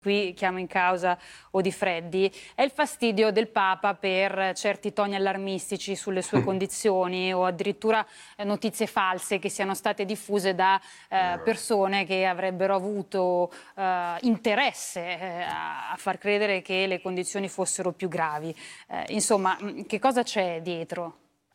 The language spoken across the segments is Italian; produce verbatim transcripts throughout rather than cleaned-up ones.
qui chiamo in causa Odifreddi, è il fastidio del Papa per certi toni allarmistici sulle sue condizioni o addirittura eh, notizie false che siano state diffuse da eh, persone che avrebbero avuto eh, interesse eh, a far credere che le condizioni fossero più gravi. Eh, insomma, che cosa c'è dietro?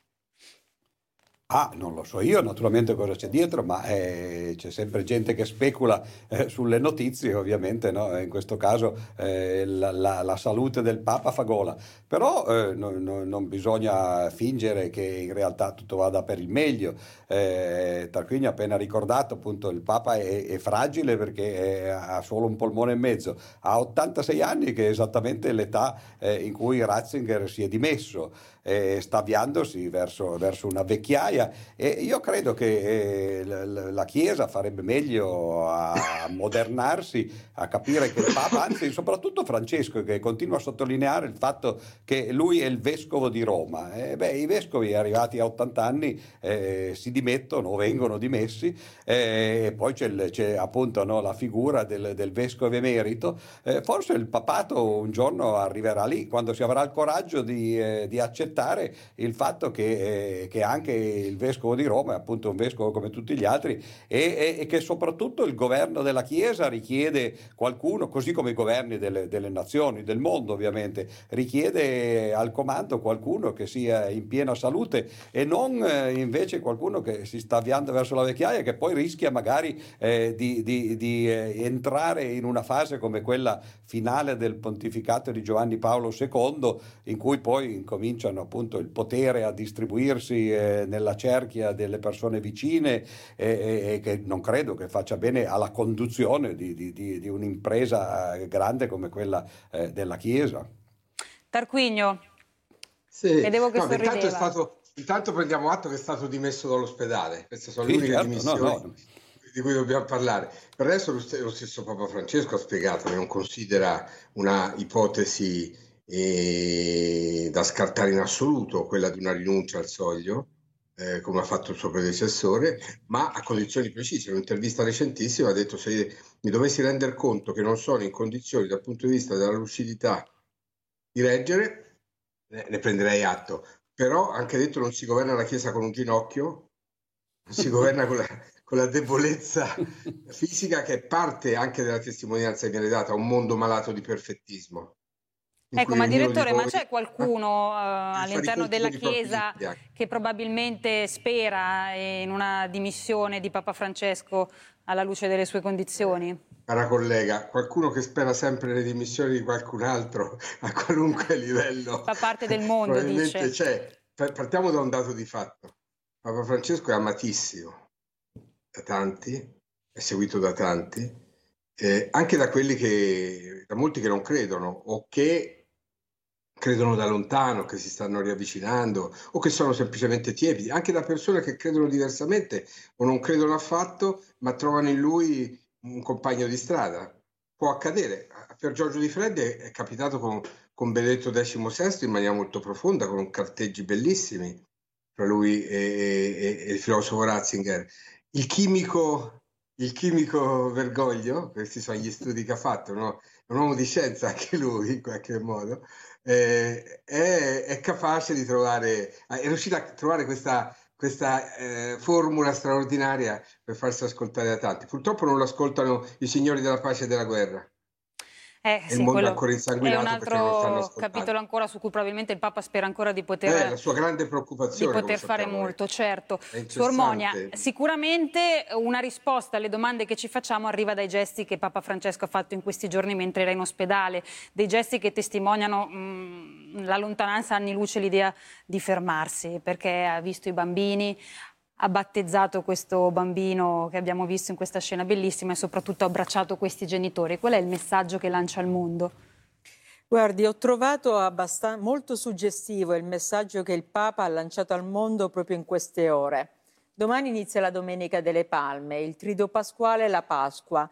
Ah, non lo so io naturalmente cosa c'è dietro, ma eh, c'è sempre gente che specula eh, sulle notizie, ovviamente, no? In questo caso eh, la, la- la salute del Papa fa gola, però eh, no- no- non bisogna fingere che in realtà tutto vada per il meglio. Eh, Tarquinio ha appena ricordato, appunto, il Papa è, è fragile perché è- ha solo un polmone e mezzo, ha ottantasei anni, che è esattamente l'età eh, in cui Ratzinger si è dimesso, eh, sta avviandosi verso, verso una vecchiaia. E io credo che eh, l- l- la Chiesa farebbe meglio a modernarsi, a capire che il Papa, anzi soprattutto Francesco, che continua a sottolineare il fatto che lui è il vescovo di Roma. E beh, i vescovi arrivati a ottanta anni eh, si dimettono o vengono dimessi, eh, e poi c'è, il- c'è appunto, no, la figura del, del vescovo emerito. Eh, forse il papato un giorno arriverà lì, quando si avrà il coraggio di, eh, di accettare il fatto che, eh, che anche il vescovo di Roma è appunto un vescovo come tutti gli altri, e, e- e che soprattutto il governo della Chiesa richiede qualcuno, così come i governi delle, delle nazioni, del mondo ovviamente, richiede al comando qualcuno che sia in piena salute, e non eh, invece qualcuno che si sta avviando verso la vecchiaia, che poi rischia magari eh, di, di- di, eh, entrare in una fase come quella finale del pontificato di Giovanni Paolo secondo, in cui poi incominciano appunto il potere a distribuirsi eh, nella cerchia delle persone vicine, e, e- e che non credo che faccia bene alla conduzione di, di- di- di un'impresa eh, grande come quella eh, della Chiesa. Tarquinio, Sì, vedevo che no, che intanto è sorrideva. stato, intanto prendiamo atto che è stato dimesso dall'ospedale. Queste sono le Sì, uniche certo, no, dimissioni no. di cui dobbiamo parlare. Per adesso lo, st- lo stesso Papa Francesco ha spiegato che non considera una ipotesi eh, da scartare in assoluto quella di una rinuncia al soglio, eh, come ha fatto il suo predecessore, ma a condizioni precise. In un'intervista recentissima ha detto: se mi dovessi rendere conto che non sono in condizioni dal punto di vista della lucidità di reggere, ne ne prenderei atto. Però ha anche detto: non si governa la Chiesa con un ginocchio, non si governa con la, con la debolezza fisica, che è parte anche della testimonianza che viene data a un mondo malato di perfettismo, in Ecco, cui ma ognuno di direttore, ma noi c'è qualcuno eh, deve fare i all'interno conti della con i propri Chiesa limiti anche. che probabilmente spera in una dimissione di Papa Francesco alla luce delle sue condizioni? Cara collega, qualcuno che spera sempre le dimissioni di qualcun altro a qualunque livello Fa parte del mondo, probabilmente dice. c'è. Pa- Partiamo da un dato di fatto. Papa Francesco è amatissimo da tanti, è seguito da tanti, eh, anche da quelli che, da molti che non credono o che credono da lontano, che si stanno riavvicinando o che sono semplicemente tiepidi, anche da persone che credono diversamente o non credono affatto, ma trovano in lui un compagno di strada. Può accadere. A Pier Giorgio Di Freddi è è capitato con, con Benedetto diciassette in maniera molto profonda, con carteggi bellissimi tra lui e, e- e il filosofo Ratzinger. Il chimico, il chimico Vergoglio, questi sono gli studi che ha fatto, no? È un uomo di scienza anche lui, in qualche modo, eh, è, è capace di trovare, è riuscito a trovare questa, questa eh, formula straordinaria per farsi ascoltare da tanti. Purtroppo non lo ascoltano i signori della pace e della guerra. Eh È il sì, mondo quello ancora è un insanguinato perché non lo stanno altro ascoltando. capitolo ancora su cui probabilmente il Papa spera ancora di È la poter, sua grande di preoccupazione, come poter fare sappiamo, è, molto, certo. è Suor Monia, incessante. sicuramente una risposta alle domande che ci facciamo arriva dai gesti che Papa Francesco ha fatto in questi giorni mentre era in ospedale, dei gesti che testimoniano mh, la lontananza anni luce, l'idea di fermarsi, perché ha visto i bambini, ha battezzato questo bambino che abbiamo visto in questa scena bellissima e soprattutto ha abbracciato questi genitori. Qual è il messaggio che lancia al mondo? Guardi, ho trovato abbastan- molto suggestivo il messaggio che il Papa ha lanciato al mondo proprio in queste ore. Domani inizia la Domenica delle Palme, il Triduo Pasquale e la Pasqua.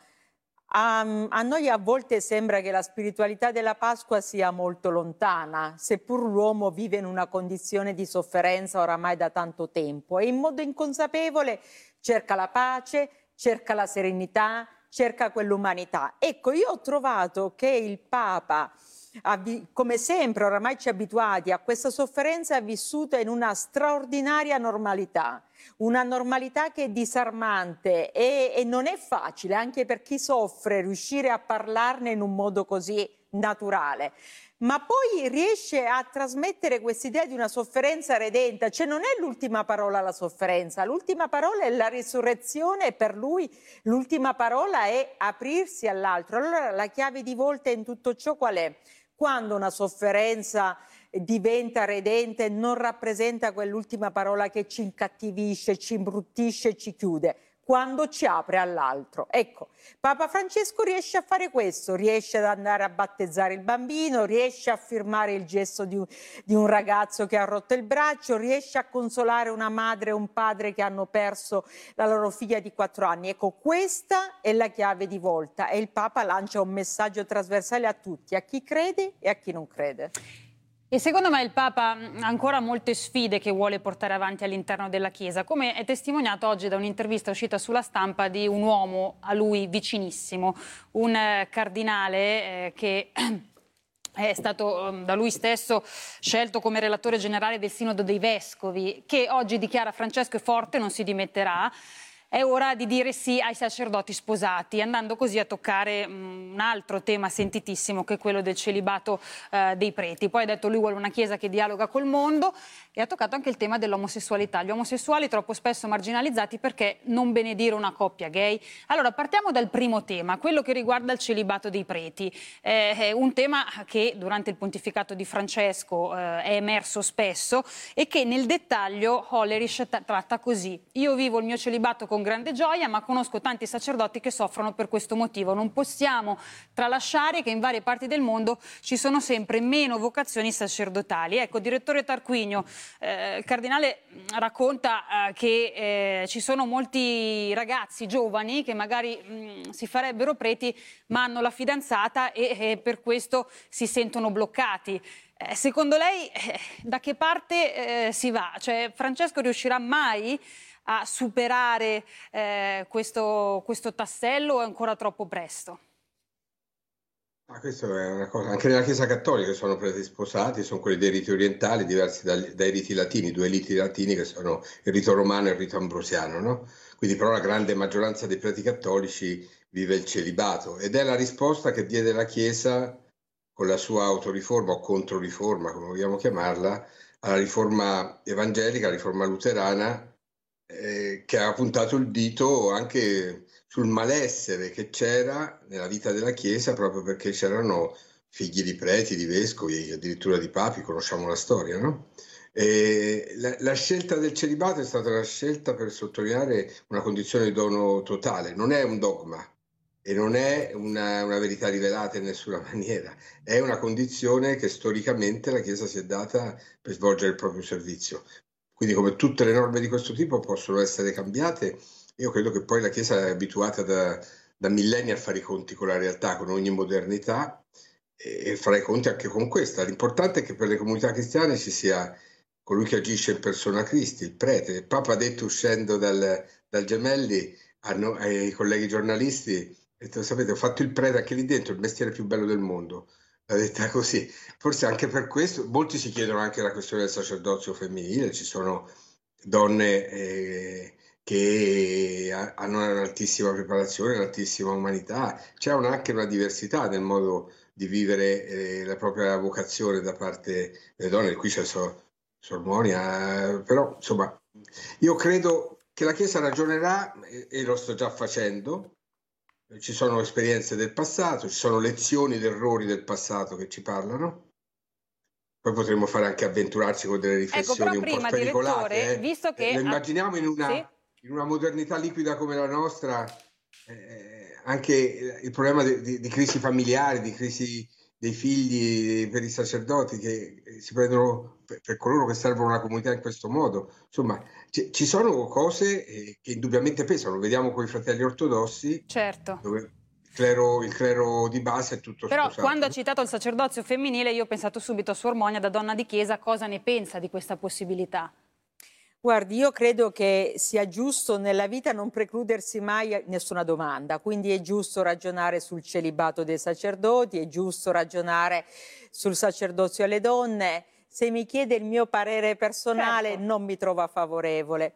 A, a noi a volte sembra che la spiritualità della Pasqua sia molto lontana, seppur l'uomo vive in una condizione di sofferenza oramai da tanto tempo e in modo inconsapevole cerca la pace, cerca la serenità, cerca quell'umanità. Ecco, io ho trovato che il Papa, come sempre, oramai ci abituati a questa sofferenza, ha vissuto in una straordinaria normalità, una normalità che è disarmante e, e non è facile anche per chi soffre riuscire a parlarne in un modo così naturale. Ma poi riesce a trasmettere quest'idea di una sofferenza redenta, cioè non è l'ultima parola la sofferenza, l'ultima parola è la risurrezione e per lui l'ultima parola è aprirsi all'altro. Allora la chiave di volta in tutto ciò qual è? Quando una sofferenza diventa redente non rappresenta quell'ultima parola che ci incattivisce, ci imbruttisce, ci chiude, quando ci apre all'altro. Ecco, Papa Francesco riesce a fare questo, riesce ad andare a battezzare il bambino, riesce a firmare il gesto di un, di un ragazzo che ha rotto il braccio, riesce a consolare una madre e un padre che hanno perso la loro figlia di quattro anni. Ecco, questa è la chiave di volta e il Papa lancia un messaggio trasversale a tutti, a chi crede e a chi non crede. E secondo me il Papa ha ancora molte sfide che vuole portare avanti all'interno della Chiesa, come è testimoniato oggi da un'intervista uscita sulla stampa di un uomo a lui vicinissimo, un eh, cardinale eh, che è stato um, da lui stesso scelto come relatore generale del Sinodo dei Vescovi, che oggi dichiara: Francesco è forte, non si dimetterà. È ora di dire sì ai sacerdoti sposati, andando così a toccare um, un altro tema sentitissimo che è quello del celibato uh, dei preti. Poi ha detto lui vuole una chiesa che dialoga col mondo e ha toccato anche il tema dell'omosessualità. Gli omosessuali troppo spesso marginalizzati, perché non benedire una coppia gay? Allora partiamo dal primo tema, quello che riguarda il celibato dei preti. Eh, è un tema che durante il pontificato di Francesco eh, è emerso spesso e che nel dettaglio Hollerich tratta così: io vivo il mio celibato con grande gioia, ma conosco tanti sacerdoti che soffrono per questo motivo. Non possiamo tralasciare che in varie parti del mondo ci sono sempre meno vocazioni sacerdotali. Ecco, direttore Tarquinio, eh, il cardinale racconta eh, che eh, ci sono molti ragazzi giovani che magari mh, si farebbero preti ma hanno la fidanzata e, e per questo si sentono bloccati. Eh, secondo lei eh, da che parte eh, si va? Cioè, Francesco riuscirà mai a superare eh, questo, questo tassello o è ancora troppo presto? Ah, questo è una cosa. Anche nella Chiesa Cattolica sono preti sposati, sono quelli dei riti orientali, diversi dai, dai riti latini, due riti latini che sono il rito romano e il rito ambrosiano, no? Quindi però la grande maggioranza dei preti cattolici vive il celibato ed è la risposta che diede la Chiesa con la sua autoriforma o controriforma, come vogliamo chiamarla, alla riforma evangelica, alla riforma luterana, Eh, che ha puntato il dito anche sul malessere che c'era nella vita della Chiesa, proprio perché c'erano figli di preti, di vescovi, addirittura di papi, conosciamo la storia, no? E la, la scelta del celibato è stata una scelta per sottolineare una condizione di dono totale, non è un dogma e non è una, una verità rivelata in nessuna maniera, è una condizione che storicamente la Chiesa si è data per svolgere il proprio servizio. Quindi, come tutte le norme di questo tipo possono essere cambiate, io credo che poi la Chiesa è abituata da, da millenni a fare i conti con la realtà, con ogni modernità, e, e farà i conti anche con questa. L'importante è che per le comunità cristiane ci sia colui che agisce in persona Cristi, il prete. Il Papa ha detto, uscendo dal, dal Gemelli a no, ai colleghi giornalisti, ha detto: sapete, ho fatto il prete anche lì dentro, il mestiere più bello del mondo. L'ha detta così. Forse anche per questo molti si chiedono anche la questione del sacerdozio femminile. Ci sono donne eh, che hanno un'altissima preparazione, un'altissima umanità. C'è un, anche una diversità nel modo di vivere eh, la propria vocazione da parte delle donne. Qui c'è Sor, Sor Monia, però insomma io credo che la Chiesa ragionerà, e, e lo sto già facendo. Ci sono esperienze del passato, ci sono lezioni ed errori del passato che ci parlano. Poi potremmo fare anche avventurarci con delle riflessioni ecco, un po' spericolate. Eh. Visto che Lo immaginiamo in una, sì? in una modernità liquida come la nostra, eh, anche il problema di, di, di crisi familiari, di crisi dei figli per i sacerdoti che si prendono per, per coloro che servono la comunità in questo modo. Insomma, ci, ci sono cose eh, che indubbiamente pesano. Vediamo con i fratelli ortodossi, certo, dove il clero, il clero di base è tutto però sposato. Quando ha citato il sacerdozio femminile io ho pensato subito a Suor Monia, da donna di chiesa, cosa ne pensa di questa possibilità? Guardi, io credo che sia giusto nella vita non precludersi mai nessuna domanda, quindi è giusto ragionare sul celibato dei sacerdoti, è giusto ragionare sul sacerdozio alle donne. Se mi chiede il mio parere personale, Certo. non mi trova favorevole.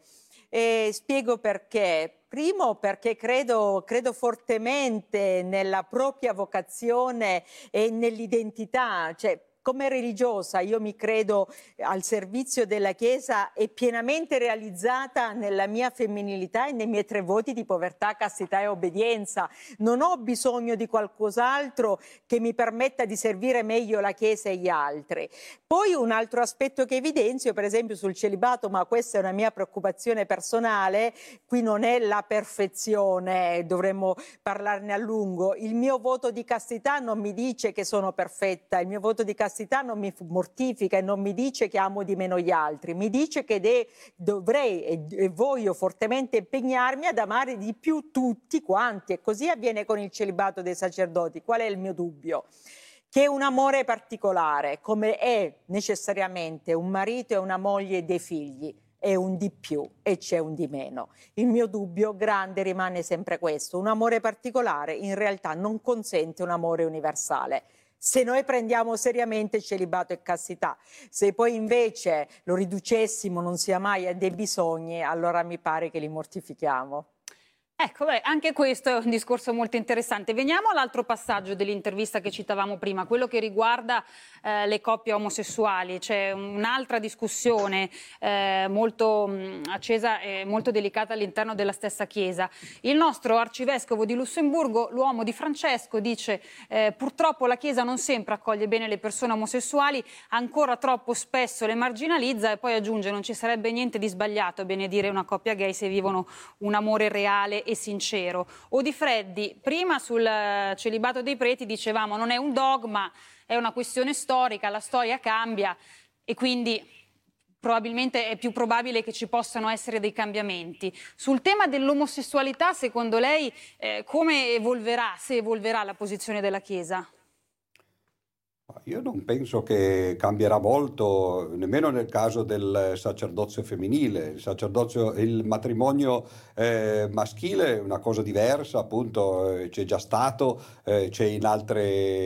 E spiego perché. Primo, perché credo, credo fortemente nella propria vocazione e nell'identità, cioè come religiosa io mi credo al servizio della Chiesa e pienamente realizzata nella mia femminilità e nei miei tre voti di povertà, castità e obbedienza. Non ho bisogno di qualcos'altro che mi permetta di servire meglio la Chiesa e gli altri. Poi un altro aspetto che evidenzio, per esempio sul celibato, ma questa è una mia preoccupazione personale, qui non è la perfezione, dovremmo parlarne a lungo. Il mio voto di castità non mi dice che sono perfetta, il mio voto di castità non mi mortifica e non mi dice che amo di meno gli altri, mi dice che de- dovrei e, e voglio fortemente impegnarmi ad amare di più tutti quanti, e così avviene con il celibato dei sacerdoti. Qual è il mio dubbio? Che un amore particolare, come è necessariamente un marito e una moglie e dei figli, è un di più e c'è un di meno. Il mio dubbio grande rimane sempre questo: un amore particolare in realtà non consente un amore universale. Se noi prendiamo seriamente celibato e castità, se poi invece lo riducessimo non sia mai a dei bisogni, allora mi pare che li mortifichiamo. Ecco, beh, anche questo è un discorso molto interessante. Veniamo all'altro passaggio dell'intervista che citavamo prima, quello che riguarda eh, le coppie omosessuali. C'è un'altra discussione eh, molto mh, accesa e molto delicata all'interno della stessa Chiesa. Il nostro arcivescovo di Lussemburgo, l'uomo di Francesco, dice eh, purtroppo la Chiesa non sempre accoglie bene le persone omosessuali, ancora troppo spesso le marginalizza, e poi aggiunge: non ci sarebbe niente di sbagliato a benedire una coppia gay se vivono un amore reale e sincero. Odifreddi, prima sul celibato dei preti dicevamo non è un dogma, è una questione storica, la storia cambia e quindi probabilmente è più probabile che ci possano essere dei cambiamenti. Sul tema dell'omosessualità, secondo lei eh, come evolverà, se evolverà la posizione della Chiesa? Io non penso che cambierà molto, nemmeno nel caso del sacerdozio femminile. Il sacerdozio, il matrimonio eh, maschile è una cosa diversa, appunto, eh, c'è già stato, eh, c'è in altre,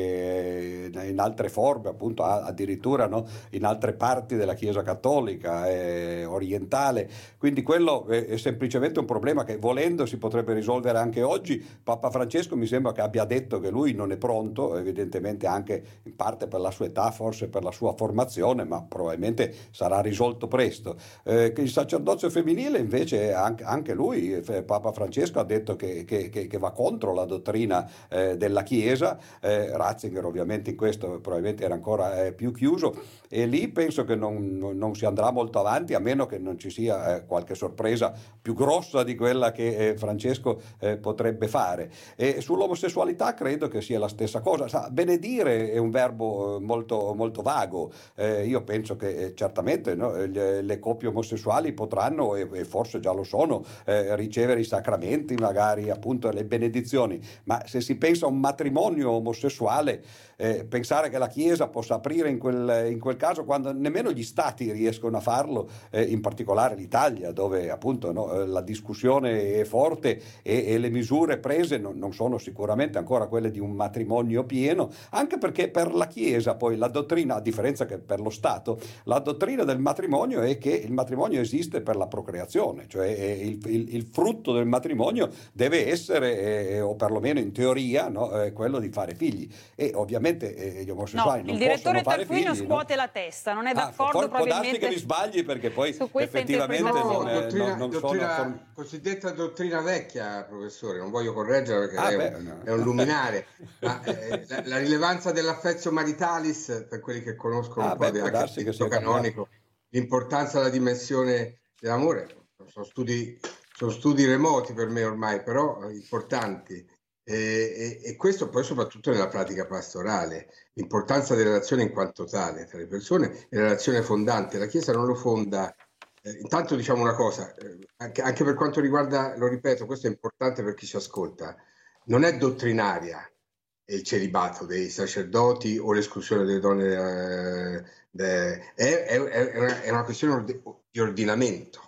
eh, in altre forme, appunto, a- addirittura, no, in altre parti della Chiesa cattolica eh, orientale. Quindi quello è, è semplicemente un problema che, volendo, si potrebbe risolvere anche oggi. Papa Francesco mi sembra che abbia detto che lui non è pronto, evidentemente anche in parte per la sua età, forse per la sua formazione, ma probabilmente sarà risolto presto. Eh, il sacerdozio femminile invece, anche, anche lui, eh, Papa Francesco ha detto che, che, che, che va contro la dottrina eh, della Chiesa. eh, Ratzinger ovviamente in questo probabilmente era ancora eh, più chiuso, e lì penso che non, non, non si andrà molto avanti, a meno che non ci sia eh, qualche sorpresa più grossa di quella che eh, Francesco eh, potrebbe fare. E sull'omosessualità credo che sia la stessa cosa. Sa, benedire è un verbo molto, molto vago. Eh, io penso che eh, certamente, no, le, le coppie omosessuali potranno, e, e forse già lo sono, eh, ricevere i sacramenti, magari appunto le benedizioni, ma se si pensa a un matrimonio omosessuale, eh, pensare che la Chiesa possa aprire in quel, in quel caso, quando nemmeno gli stati riescono a farlo, eh, in particolare l'Italia, dove appunto, no, la discussione è forte e, e le misure prese non, non sono sicuramente ancora quelle di un matrimonio pieno, anche perché per la Chiesa poi la dottrina, a differenza che per lo Stato, la dottrina del matrimonio è che il matrimonio esiste per la procreazione, cioè il, il, il frutto del matrimonio deve essere, eh, o perlomeno in teoria, no, eh, quello di fare figli. E ovviamente eh, gli omosessuali No, non il direttore possono fare Tarquinio figli, scuote no? la testa, non è Ah, d'accordo for- può darsi probabilmente che mi sbagli, perché poi su questa effettivamente interpretazione. No, non, eh, dottrina, non, non dottrina, sono form- cosiddetta dottrina vecchia, professore, non voglio correggere perché ah, lei è beh, un, no. è un luminare, ma eh, la, la rilevanza dell'affettio maritalis, per quelli che conoscono Ah, un po' beh, di, può anche il darsi che diritto sia cambiato. canonico, l'importanza della dimensione dell'amore, sono studi, sono studi remoti per me ormai, però importanti. E, e, e questo poi soprattutto nella pratica pastorale, l'importanza della relazione in quanto tale tra le persone, è la relazione fondante. La Chiesa non lo fonda. Eh, intanto diciamo una cosa, eh, anche, anche per quanto riguarda, lo ripeto, questo è importante per chi ci ascolta, non è dottrinaria il celibato dei sacerdoti o l'esclusione delle donne, eh, de, è, è, è, una, è una questione di ordinamento.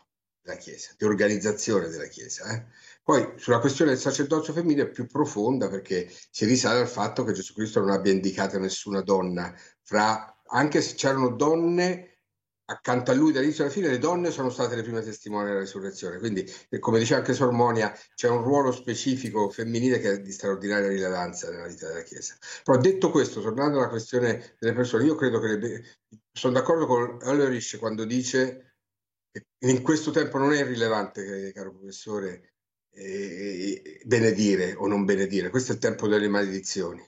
della Chiesa, di organizzazione della Chiesa. Eh? Poi sulla questione del sacerdozio femminile è più profonda, perché si risale al fatto che Gesù Cristo non abbia indicato nessuna donna, fra, anche se c'erano donne accanto a lui dall'inizio alla fine, le donne sono state le prime testimoni della risurrezione, quindi come diceva anche Sor Monia, c'è un ruolo specifico femminile che è di straordinaria rilevanza nella vita della Chiesa. Però detto questo, tornando alla questione delle persone, io credo che le, sono d'accordo con Ulrich quando dice che in questo tempo non è irrilevante, caro professore, eh, benedire o non benedire, questo è il tempo delle maledizioni.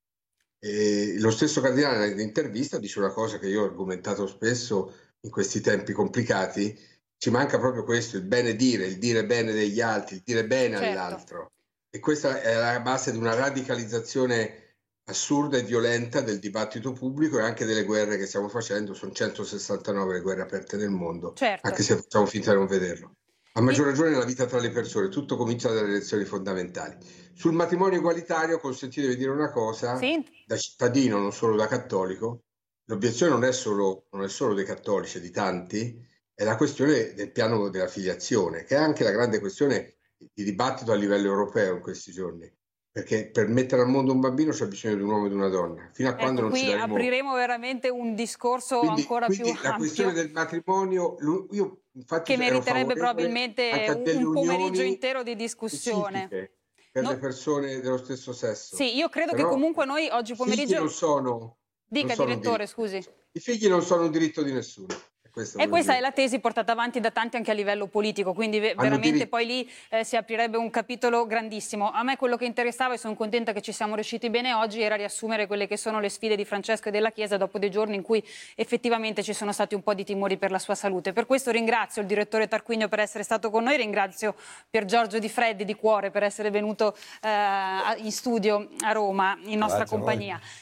E lo stesso Cardinale nell'intervista dice una cosa che io ho argomentato spesso in questi tempi complicati: ci manca proprio questo, il benedire, il dire bene degli altri, il dire bene certo. all'altro. E questa è la base di una radicalizzazione assurda e violenta del dibattito pubblico e anche delle guerre che stiamo facendo. Sono centosessantanove le guerre aperte nel mondo, certo. anche se facciamo finta di non vederlo. A maggior ragione nella vita tra le persone, tutto comincia dalle lezioni fondamentali. Sul matrimonio egualitario, consentitevi di dire una cosa, sì. da cittadino, non solo da cattolico, l'obiezione non è solo, non è solo dei cattolici, è di tanti, è la questione del piano della filiazione, che è anche la grande questione di dibattito a livello europeo in questi giorni. Perché per mettere al mondo un bambino c'è bisogno di un uomo e di una donna. Fino a ecco, quando non qui ci daremo... apriremo veramente un discorso quindi, ancora quindi più la ampio. questione del matrimonio, io infatti che meriterebbe probabilmente un, un pomeriggio intero di discussione per no. le persone dello stesso sesso. Sì, io credo Però che comunque noi oggi pomeriggio... I figli non sono... Dica, non sono direttore, scusi. I figli non sono un diritto di nessuno. E questa è la tesi portata avanti da tanti anche a livello politico, quindi veramente diritto. Poi lì eh, si aprirebbe un capitolo grandissimo. A me quello che interessava, e sono contenta che ci siamo riusciti bene oggi, era riassumere quelle che sono le sfide di Francesco e della Chiesa dopo dei giorni in cui effettivamente ci sono stati un po' di timori per la sua salute. Per questo ringrazio il direttore Tarquinio per essere stato con noi, ringrazio Pier Giorgio Di Freddi di cuore per essere venuto eh, in studio a Roma in nostra Grazie compagnia.